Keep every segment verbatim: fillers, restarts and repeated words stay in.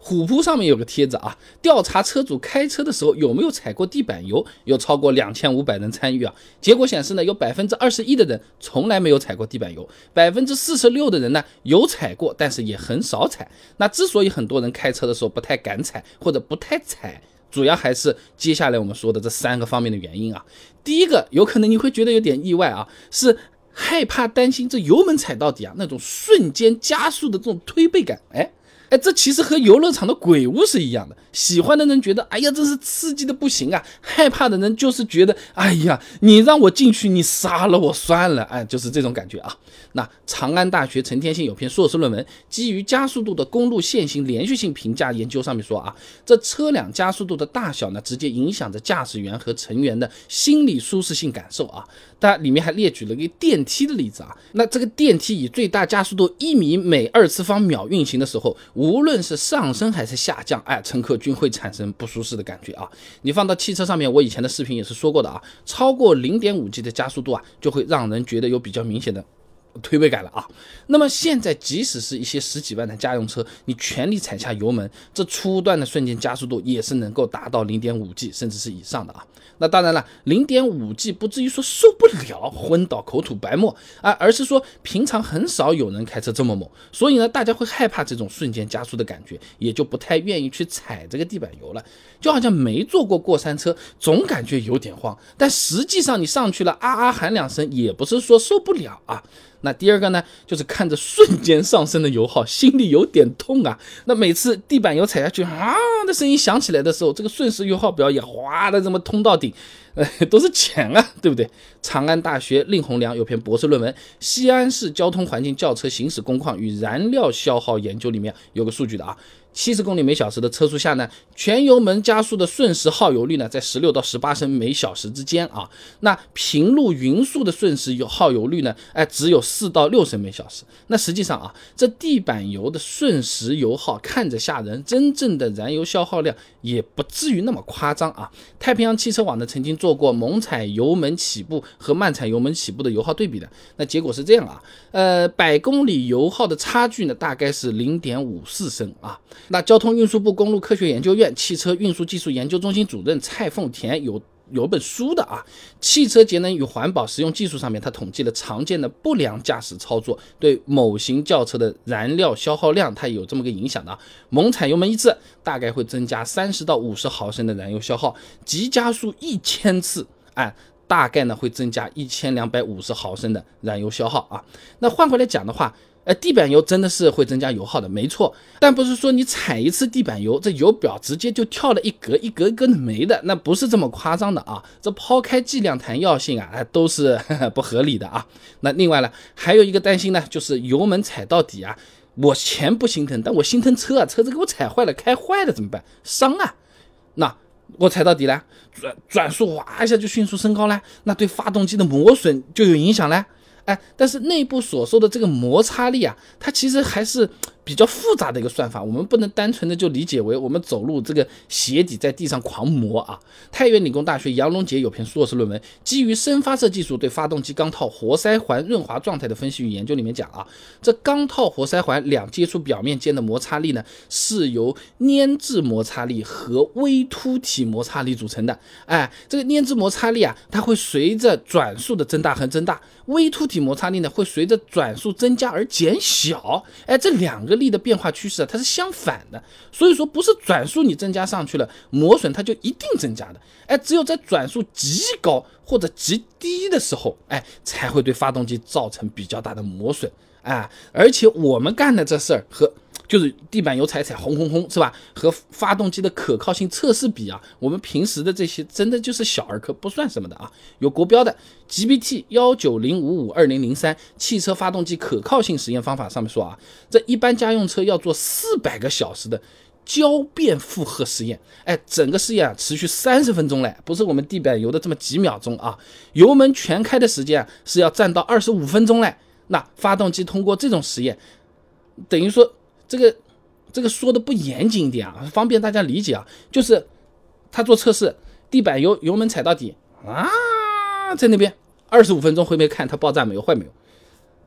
虎扑上面有个帖子啊，调查车主开车的时候有没有踩过地板油，有超过两千五百人参与啊。结果显示呢，有 百分之二十一 的人从来没有踩过地板油， 百分之四十六 的人呢有踩过，但是也很少踩。那之所以很多人开车的时候不太敢踩或者不太踩，主要还是接下来我们说的这三个方面的原因啊。第一个，有可能你会觉得有点意外啊，是害怕担心这油门踩到底啊，那种瞬间加速的这种推背感。哎哎，这其实和游乐场的鬼屋是一样的。喜欢的人觉得，哎呀，这是刺激的不行啊；害怕的人就是觉得，哎呀，你让我进去，你杀了我算了，哎，就是这种感觉啊。那长安大学陈天信有篇硕士论文，基于加速度的公路线性连续性评价研究，上面说啊，这车辆加速度的大小呢，直接影响着驾驶员和乘员的心理舒适性感受啊。它里面还列举了一个电梯的例子啊，那这个电梯以最大加速度一米每二次方秒运行的时候，无论是上升还是下降，哎，乘客均会产生不舒适的感觉啊。你放到汽车上面，我以前的视频也是说过的啊，超过 零点五 G 的加速度啊，就会让人觉得有比较明显的推背感了啊。那么现在即使是一些十几万的家用车，你全力踩下油门，这初段的瞬间加速度也是能够达到 零点五 G 甚至是以上的啊。那当然了 ，零点五 G 不至于说受不了昏倒口吐白沫啊，而是说平常很少有人开车这么猛，所以呢，大家会害怕这种瞬间加速的感觉，也就不太愿意去踩这个地板油了。就好像没坐过过山车，总感觉有点慌，但实际上你上去了啊啊喊两声，也不是说受不了啊。那第二个呢，就是看着瞬间上升的油耗，心里有点痛啊。那每次地板油踩下去啊的声音响起来的时候，这个瞬时油耗表也哗的这么通到顶，呃，都是钱啊，对不对？长安大学令宏良有篇博士论文《西安市交通环境轿车行驶工况与燃料消耗研究》里面有个数据的啊。七十公里每小时的车速下呢，全油门加速的瞬时耗油率呢，在十六到十八升每小时之间啊。那平路匀速的瞬时耗油率呢，哎，只有四到六升每小时。那实际上啊，这地板油的瞬时油耗看着吓人，真正的燃油消耗量也不至于那么夸张啊。太平洋汽车网呢曾经做过猛踩油门起步和慢踩油门起步的油耗对比的，那结果是这样啊，呃，百公里油耗的差距呢，大概是 零点五四升啊。那交通运输部公路科学研究院汽车运输技术研究中心主任蔡凤田有有本书的啊，汽车节能与环保实用技术上面，他统计了常见的不良驾驶操作对某型轿车的燃料消耗量，它有这么个影响的啊。猛踩油门一次，大概会增加三十到五十毫升的燃油消耗，急加速一千次，哎。大概呢会增加一千两百五十毫升的燃油消耗啊。那换回来讲的话，呃，地板油真的是会增加油耗的，没错。但不是说你踩一次地板油，这油表直接就跳了一格一格一格的没的，那不是这么夸张的啊。这抛开剂量谈药性啊，都是呵呵不合理的啊。那另外呢，还有一个担心呢，就是油门踩到底啊，我钱不心疼，但我心疼车啊，车子给我踩坏了，开坏了怎么办？伤啊。那我踩到底了，转转速哇一下就迅速升高了，那对发动机的磨损就有影响了。哎，但是内部所受的这个摩擦力啊，它其实还是比较复杂的一个算法，我们不能单纯的就理解为我们走路这个鞋底在地上狂磨啊。太原理工大学杨龙杰有篇硕士论文，基于深发射技术对发动机钢套活塞环润滑状态的分析与研究里面讲啊，这钢套活塞环两接触表面间的摩擦力呢，是由粘质摩擦力和微凸体摩擦力组成的。哎，这个粘质摩擦力啊，它会随着转速的增大和增大，微凸体摩擦力呢会随着转速增加而减小。哎，这两个力的变化趋势啊，它是相反的。所以说不是转速你增加上去了，磨损它就一定增加的。哎，只有在转速极高或者极低的时候，哎，才会对发动机造成比较大的磨损。哎，而且我们干的这事儿和就是地板油踩踩轰轰轰是吧？和发动机的可靠性测试比啊，我们平时的这些真的就是小儿科，不算什么的啊。有国标的 G B T 一九零五五二零零三 汽车发动机可靠性实验方法上面说啊，这一般家用车要做四百个小时的交变负荷实验，哎，整个实验啊持续三十分钟嘞，不是我们地板油的这么几秒钟啊。油门全开的时间啊是要占到二十五分钟嘞。那发动机通过这种实验，等于说这个这个说的不严谨一点啊，方便大家理解啊，就是他做测试，地板油油门踩到底啊，在那边二十五分钟回没看它爆炸没有坏没有，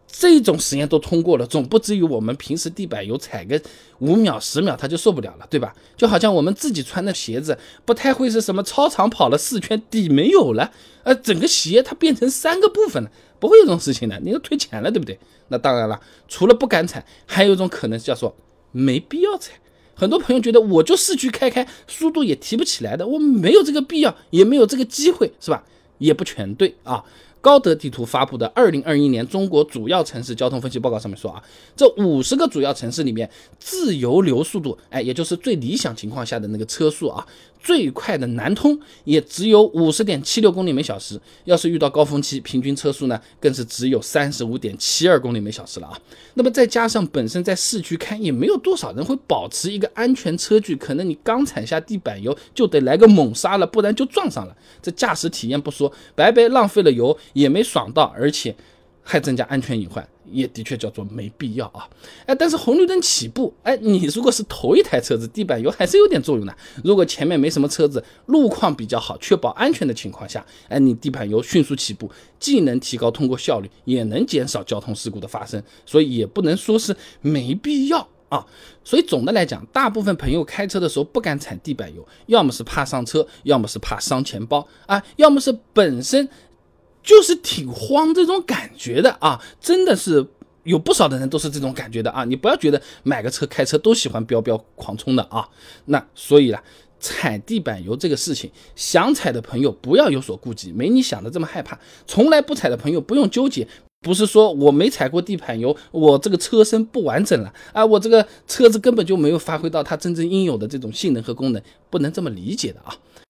这种实验都通过了，总不至于我们平时地板油踩个五秒十秒它就受不了了，对吧？就好像我们自己穿的鞋子不太会是什么操场跑了四圈底没有了，呃，整个鞋它变成三个部分了，不会有这种事情的，你都退钱了，对不对？那当然了，除了不敢踩，还有一种可能叫做没必要踩。很多朋友觉得我就市区开开，速度也提不起来的，我没有这个必要，也没有这个机会，是吧？也不全对啊。高德地图发布的二零二一年中国主要城市交通分析报告上面说啊，这五十个主要城市里面，自由流速度，哎，也就是最理想情况下的那个车速啊，最快的南通也只有 五十点七六公里每小时，要是遇到高峰期，平均车速呢更是只有 三十五点七二公里每小时了啊。那么再加上本身在市区开，也没有多少人会保持一个安全车距，可能你刚踩下地板油就得来个猛刹了，不然就撞上了。这驾驶体验不说，白白浪费了油，也没爽到，而且还增加安全隐患，也的确叫做没必要啊！哎，但是红绿灯起步，哎，你如果是头一台车子，地板油还是有点作用的。如果前面没什么车子，路况比较好，确保安全的情况下，哎，你地板油迅速起步，既能提高通过效率，也能减少交通事故的发生，所以也不能说是没必要啊。所以总的来讲，大部分朋友开车的时候不敢踩地板油，要么是怕上车，要么是怕伤钱包啊，要么是本身就是挺慌这种感觉的啊，真的是有不少的人都是这种感觉的啊。你不要觉得买个车开车都喜欢飙飙狂冲的啊。那所以啦，踩地板油这个事情，想踩的朋友不要有所顾忌，没你想的这么害怕。从来不踩的朋友不用纠结，不是说我没踩过地板油，我这个车身不完整了啊，我这个车子根本就没有发挥到它真正应有的这种性能和功能，不能这么理解的啊。